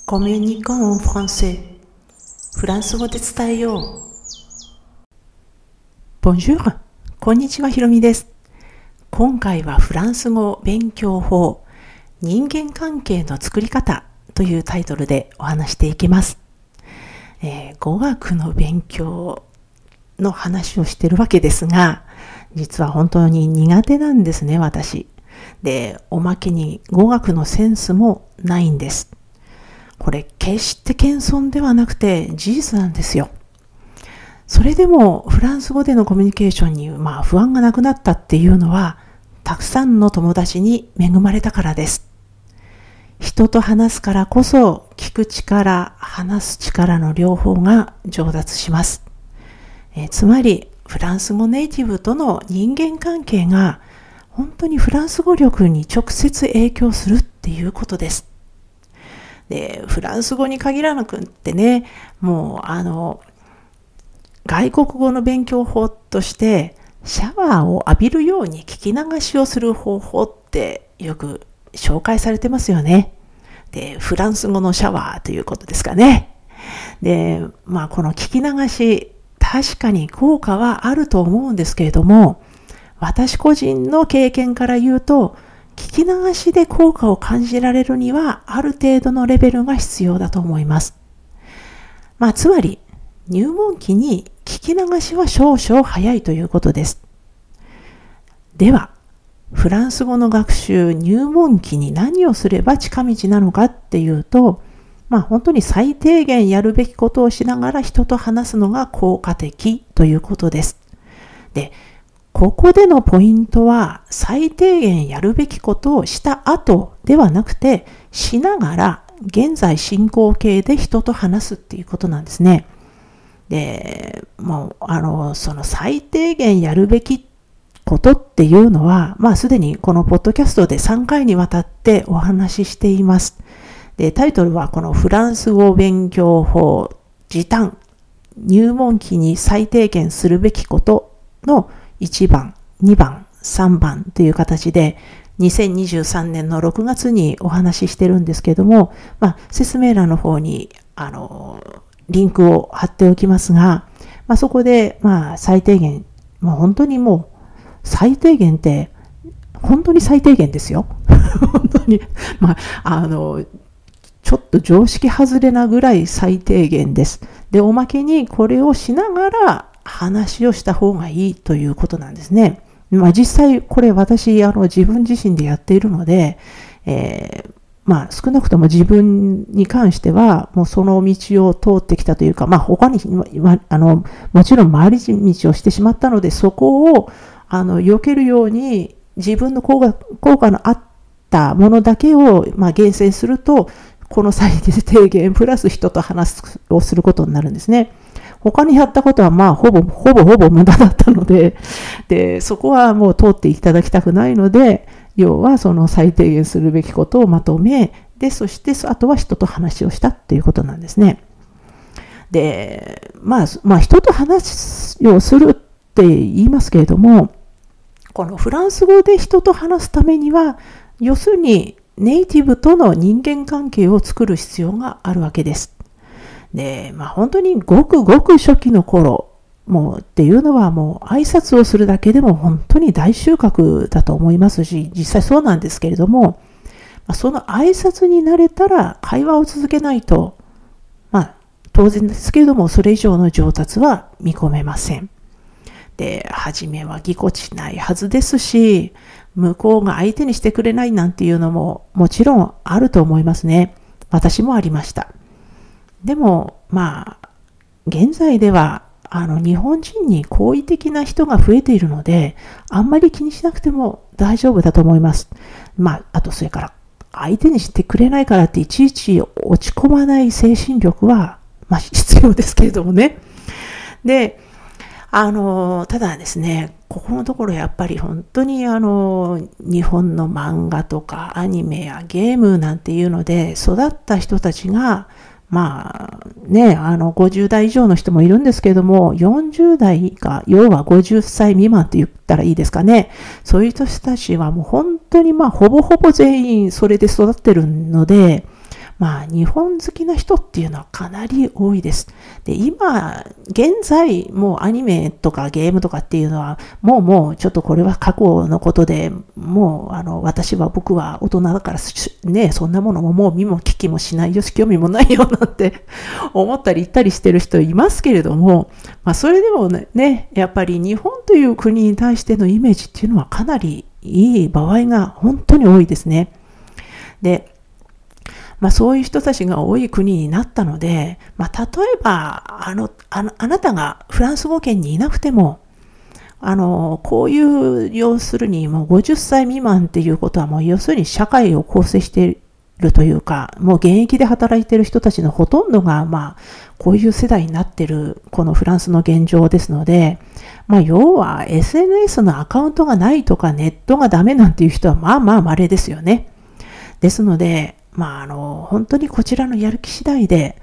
コミュニコンフランセフランス語で伝えよう。Bonjour、こんにちは、ひろみです。今回はフランス語勉強法、人間関係の作り方というタイトルでお話していきます。語学の勉強の話をしているわけですが、実は本当に苦手なんですね、私。で、おまけに語学のセンスもないんです。これ決して謙遜ではなくて事実なんですよ。それでもフランス語でのコミュニケーションに不安がなくなったっていうのは、たくさんの友達に恵まれたからです。人と話すからこそ聞く力、話す力の両方が上達します。つまりフランス語ネイティブとの人間関係が本当にフランス語力に直接影響するっていうことです。で、フランス語に限らなくってね、もう外国語の勉強法としてシャワーを浴びるように聞き流しをする方法ってよく紹介されてますよね。で、フランス語のシャワーということですかね。で、この聞き流し、確かに効果はあると思うんですけれども、私個人の経験から言うと、聞き流しで効果を感じられるにはある程度のレベルが必要だと思います。つまり入門期に聞き流しは少々早いということです。では、フランス語の学習入門期に何をすれば近道なのかっていうと、本当に最低限やるべきことをしながら人と話すのが効果的ということです。で、ここでのポイントは最低限やるべきことをした後ではなくて、しながら現在進行形で人と話すっていうことなんですね。で、その最低限やるべきことっていうのは、すでにこのポッドキャストで3回にわたってお話ししています。で、タイトルはこのフランス語勉強法時短入門期に最低限するべきことの1番、2番、3番という形で2023年の6月にお話ししてるんですけれども、説明欄の方にリンクを貼っておきますが、そこで最低限、本当にもう最低限って本当に最低限ですよ。本当にちょっと常識外れなぐらい最低限です。で、おまけにこれをしながら話をした方がいいということなんですね。実際これ私自分自身でやっているので、少なくとも自分に関してはもうその道を通ってきたというか、他にもちろん回り道をしてしまったので、そこを避けるように自分の効果のあったものだけを厳選すると、この最低限プラス人と話をすることになるんですね。他にやったことはほぼ無駄だったので、そこはもう通っていただきたくないので、要はその最低限するべきことをまとめ、で、そしてあとは人と話をしたっていうことなんですね。で、人と話をするって言いますけれども、このフランス語で人と話すためには、要するにネイティブとの人間関係を作る必要があるわけです。で、本当にごくごく初期の頃っていうのはもう挨拶をするだけでも本当に大収穫だと思いますし、実際そうなんですけれども、その挨拶に慣れたら会話を続けないと、当然ですけれどもそれ以上の上達は見込めません。で、初めはぎこちないはずですし、向こうが相手にしてくれないなんていうのももちろんあると思いますね。私もありました。でも現在では日本人に好意的な人が増えているので、あんまり気にしなくても大丈夫だと思います。あとそれから相手にしてくれないからっていちいち落ち込まない精神力は必要ですけれどもね。で、ただですね、ここのところやっぱり本当に日本の漫画とかアニメやゲームなんていうので育った人たちが50代以上の人もいるんですけれども、40代か、要は50歳未満って言ったらいいですかね。そういう人たちはもう本当にほぼほぼ全員それで育ってるので、 日本好きな人っていうのはかなり多いです。で、今、現在、もうアニメとかゲームとかっていうのは、もうちょっとこれは過去のことで、もう僕は大人だからね、そんなものももう見も聞きもしないよし、興味もないよなんて思ったり言ったりしてる人いますけれども、それでもね、やっぱり日本という国に対してのイメージっていうのはかなりいい場合が本当に多いですね。で、そういう人たちが多い国になったので、例えば、あなたがフランス語圏にいなくても、こういう、要するにもう50歳未満っていうことはもう要するに社会を構成しているというか、もう現役で働いている人たちのほとんどが、こういう世代になっているこのフランスの現状ですので、要は SNS のアカウントがないとかネットがダメなんていう人は稀ですよね。ですので、本当にこちらのやる気次第で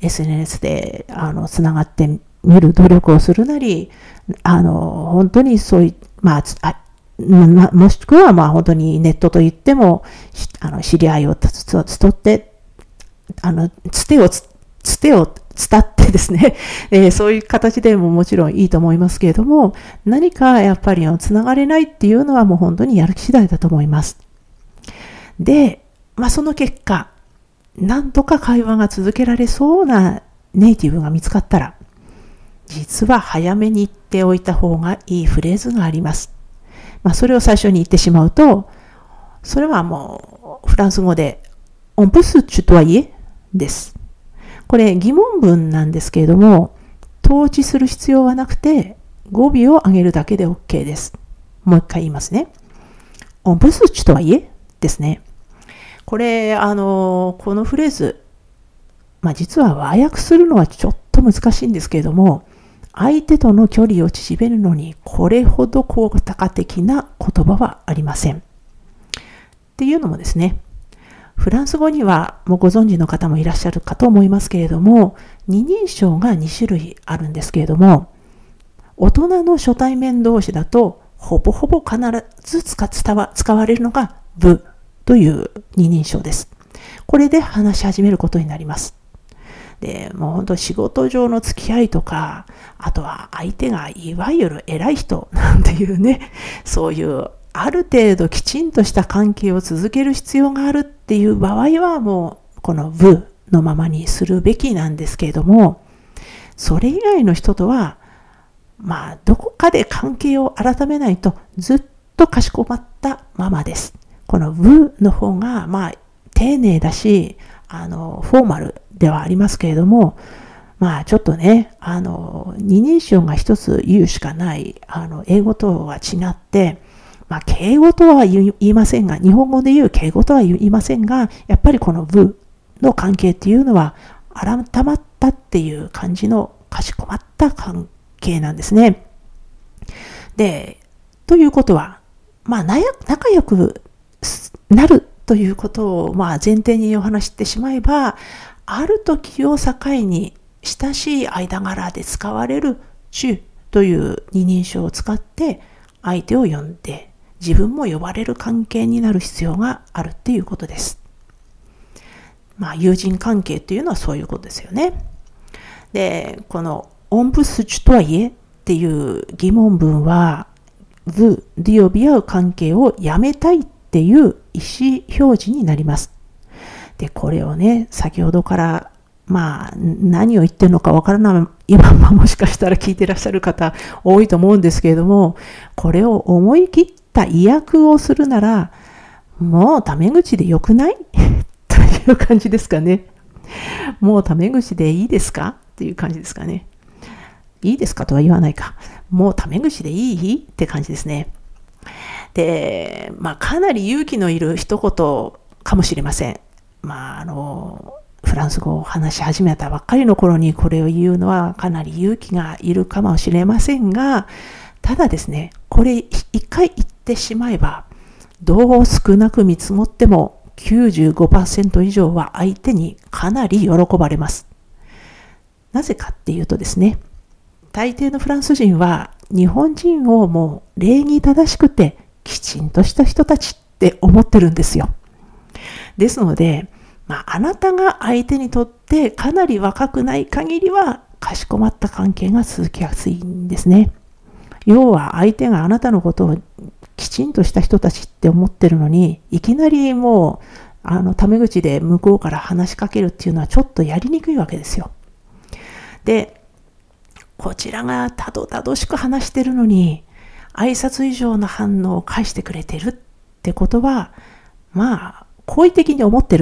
SNS でつながってみる努力をするなり、本当にそういう、もしくは本当にネットといっても知り合いをつって、つてを伝ってですね、そういう形でももちろんいいと思いますけれども、何かやっぱりつながれないっていうのはもう本当にやる気次第だと思います。で、その結果、なんとか会話が続けられそうなネイティブが見つかったら、実は早めに言っておいた方がいいフレーズがあります。それを最初に言ってしまうと、それはもうフランス語で On peut se tutoyer です。これ疑問文なんですけれども、統治する必要はなくて語尾を上げるだけで OK です。もう一回言いますね。On peut se tutoyer ですね。これ、このフレーズ、実は和訳するのはちょっと難しいんですけれども、相手との距離を縮めるのにこれほど効果的な言葉はありません。っていうのもですね、フランス語にはもうご存知の方もいらっしゃるかと思いますけれども、二人称が2種類あるんですけれども、大人の初対面同士だとほぼ必ず使われるのがvousという二人称です。これで話し始めることになります。で、もう本当仕事上の付き合いとか、あとは相手がいわゆる偉い人なんていうね、そういうある程度きちんとした関係を続ける必要があるっていう場合はもうこのvousのままにするべきなんですけれども、それ以外の人とはどこかで関係を改めないとずっとかしこまったままです。このvousの方が丁寧だし、フォーマルではありますけれども、ちょっとね、二人称が一つ言うしかない、英語とは違って、敬語とは言いませんが、日本語で言う敬語とは言いませんが、やっぱりこのvousの関係っていうのは、改まったっていう感じのかしこまった関係なんですね。で、ということは、仲良くなるということを前提にお話してしまえば、ある時を境に親しい間柄で使われるtuという二人称を使って相手を呼んで自分も呼ばれる関係になる必要があるっていうことです。友人関係というのはそういうことですよね。で、このOn peut se tutoyerっていう疑問文はvousで呼び合う関係をやめたいっていう意思表示になります。で、これをね、先ほどから何を言ってるのかわからない、今もしかしたら聞いてらっしゃる方多いと思うんですけれども、これを思い切った意訳をするなら、もうタメ口でよくないという感じですかね。もうタメ口でいいですかっていう感じですかね。いいですかとは言わないか。もうタメ口でいいって感じですね。で、かなり勇気のいる一言かもしれません。フランス語を話し始めたばっかりの頃にこれを言うのはかなり勇気がいるかもしれませんが、ただですね、これ一回言ってしまえば、どう少なく見積もっても 95% 以上は相手にかなり喜ばれます。なぜかっていうとですね、大抵のフランス人は日本人をもう礼儀正しくてきちんとした人たちって思ってるんですよ。ですので、 あなたが相手にとってかなり若くない限りは、かしこまった関係が続きやすいんですね。要は相手があなたのことをきちんとした人たちって思ってるのに、いきなりもうタメ口で向こうから話しかけるっていうのはちょっとやりにくいわけですよ。で、こちらがたどたどしく話してるのに、挨拶以上の反応を返してくれてるってことは、好意的に思ってるって、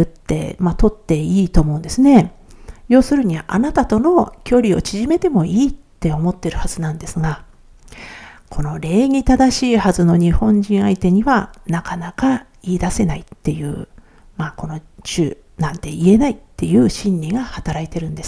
取っていいと思うんですね。要するに、あなたとの距離を縮めてもいいって思ってるはずなんですが、この礼儀正しいはずの日本人相手には、なかなか言い出せないっていう、このチューなんて言えないっていう心理が働いてるんです。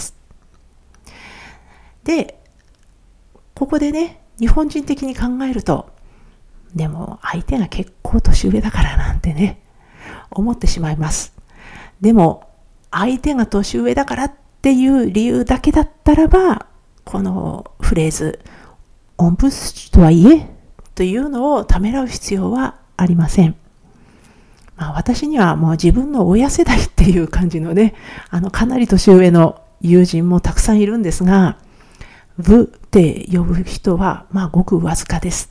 で、ここでね、日本人的に考えると、でも相手が結構年上だからなんてね、思ってしまいます。でも、相手が年上だからっていう理由だけだったらば、このフレーズ、オンプスとはいえというのをためらう必要はありません。私にはもう自分の親世代っていう感じのね、かなり年上の友人もたくさんいるんですが、ブって呼ぶ人はごくわずかです。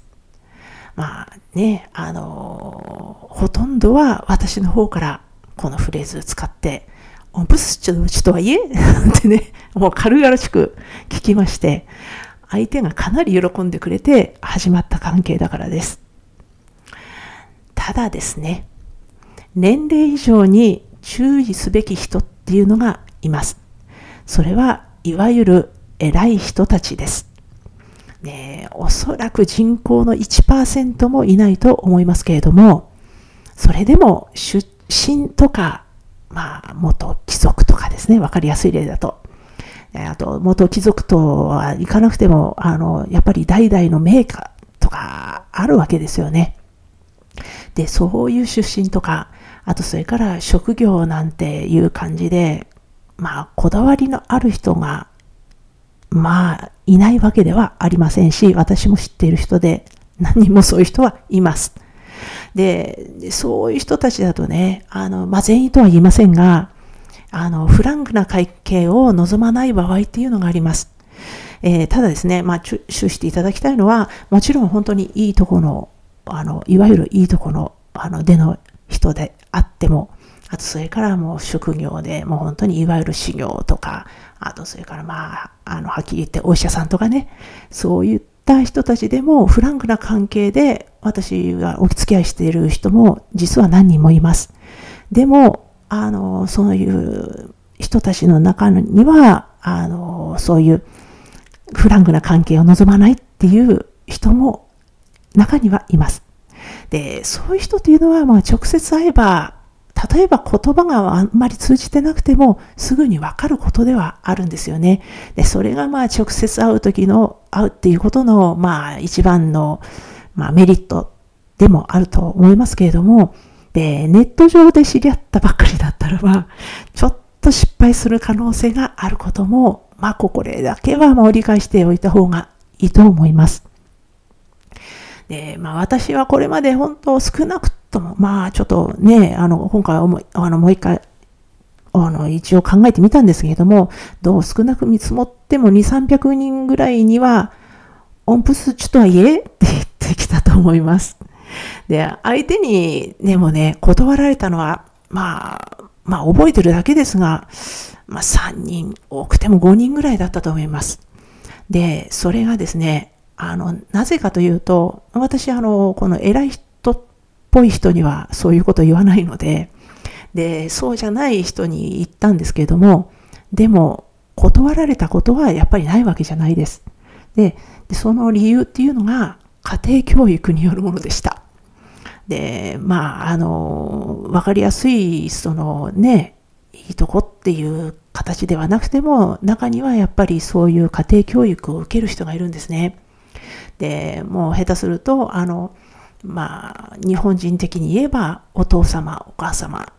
ほとんどは私の方からこのフレーズを使って、オンプスチュとはいえってね、もう軽々しく聞きまして、相手がかなり喜んでくれて始まった関係だからです。ただですね、年齢以上に注意すべき人っていうのがいます。それはいわゆる偉い人たちです。おそらく人口の 1% もいないと思いますけれども、それでも出身とか、元貴族とかですね、わかりやすい例だと。あと、元貴族とはいかなくても、やっぱり代々の名家とかあるわけですよね。で、そういう出身とか、あとそれから職業なんていう感じで、こだわりのある人が、いないわけではありませんし、私も知っている人で何人もそういう人はいます。で、そういう人たちだとね、全員とは言いませんが、フランクな会計を望まない場合っていうのがあります。ただですね、注意していただきたいのは、もちろん本当にいいとこの、いわゆるいいとこの、出の人であっても、あとそれからもう職業で、もう本当にいわゆる修行とか、あとそれからはっきり言ってお医者さんとかね、そういった人たちでもフランクな関係で私がお付き合いしている人も実は何人もいます。でも、そういう人たちの中には、そういうフランクな関係を望まないっていう人も中にはいます。で、そういう人っていうのは、直接会えば、例えば言葉があんまり通じてなくてもすぐにわかることではあるんですよね。で、それが直接会うっていうことの一番のメリットでもあると思いますけれども、で、ネット上で知り合ったばっかりだったらば、ちょっと失敗する可能性があることも、これだけは理解しておいた方がいいと思います。で、私はこれまで本当少なくとも、ちょっとね、今回はもう一回、一応考えてみたんですけれども、少なく見積もっても2、300人ぐらいには、音符数値とはいえって言ってきたと思います。で、相手にでもね、断られたのは、覚えてるだけですが、3人、多くても5人ぐらいだったと思います。で、それがですね、なぜかというと、私、この偉い人っぽい人にはそういうことを言わないので、で、そうじゃない人に言ったんですけれども、でも、断られたことはやっぱりないわけじゃないです。で、その理由っていうのが、家庭教育によるものでした。で、わかりやすい、いいとこっていう形ではなくても、中にはやっぱりそういう家庭教育を受ける人がいるんですね。で、もう下手すると、日本人的に言えば、お父様、お母様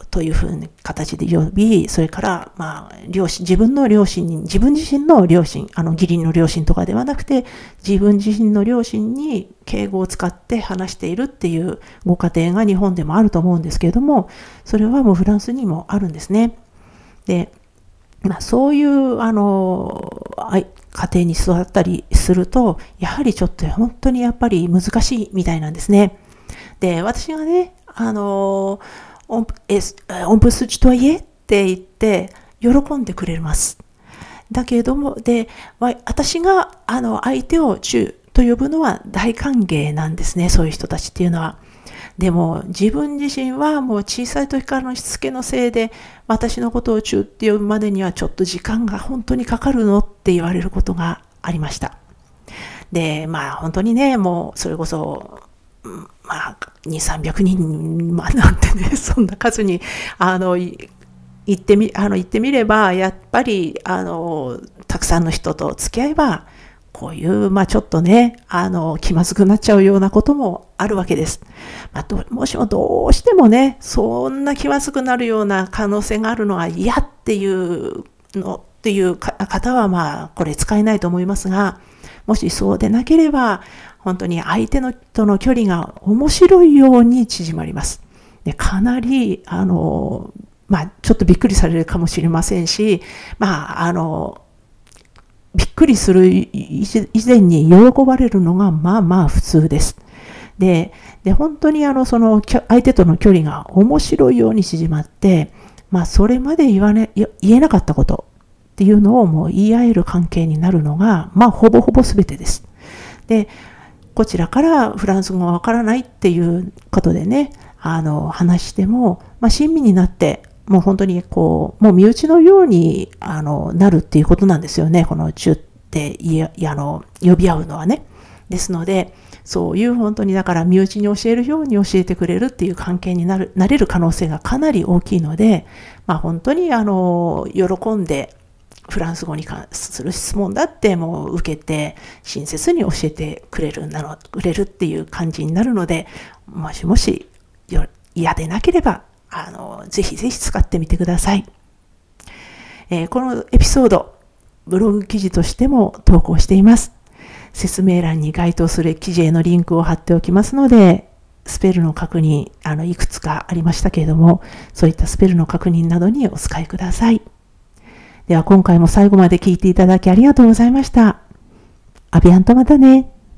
というふうな形で呼び、それから、自分の両親に、自分自身の両親、義理の両親とかではなくて、自分自身の両親に敬語を使って話しているっていうご家庭が日本でもあると思うんですけれども、それはもうフランスにもあるんですね。で、そういう家庭に育ったりすると、やはりちょっと本当にやっぱり難しいみたいなんですね。で、私がね、オンプスチュトイエって言って喜んでくれます。だけども、で、私が相手をチューと呼ぶのは大歓迎なんですね、そういう人たちっていうのは。でも自分自身はもう小さい時からのしつけのせいで、私のことをチューって呼ぶまでにはちょっと時間が本当にかかるのって言われることがありました。で、本当にね、もうそれこそ2、300人なんてね、そんな数に言ってみれば、やっぱりたくさんの人と付き合えば、こういうちょっとね気まずくなっちゃうようなこともあるわけです。もしもどうしてもね、そんな気まずくなるような可能性があるのは嫌っていう方はこれ使えないと思いますが、もしそうでなければ、本当に相手との距離が面白いように縮まります。で、かなり、ちょっとびっくりされるかもしれませんし、びっくりする以前に喜ばれるのが普通です。で、本当にその相手との距離が面白いように縮まって、それまで言えなかったことっていうのをもう言い合える関係になるのが、ほぼほぼ全てです。で、こちらからフランス語がわからないっていうことでね、話しても、親身になって、もう本当にもう身内のようになるっていうことなんですよね。このチュって呼び合うのはね。ですので、そういう本当にだから身内に教えるように教えてくれるっていう関係になれる可能性がかなり大きいので、本当に喜んでフランス語に関する質問だってもう受けて親切に教えてくれるっていう感じになるので、もし嫌でなければぜひぜひ使ってみてください。このエピソード、ブログ記事としても投稿しています。説明欄に該当する記事へのリンクを貼っておきますので、スペルの確認、いくつかありましたけれども、そういったスペルの確認などにお使いください。では今回も最後まで聞いていただきありがとうございました。アビアンとまたね。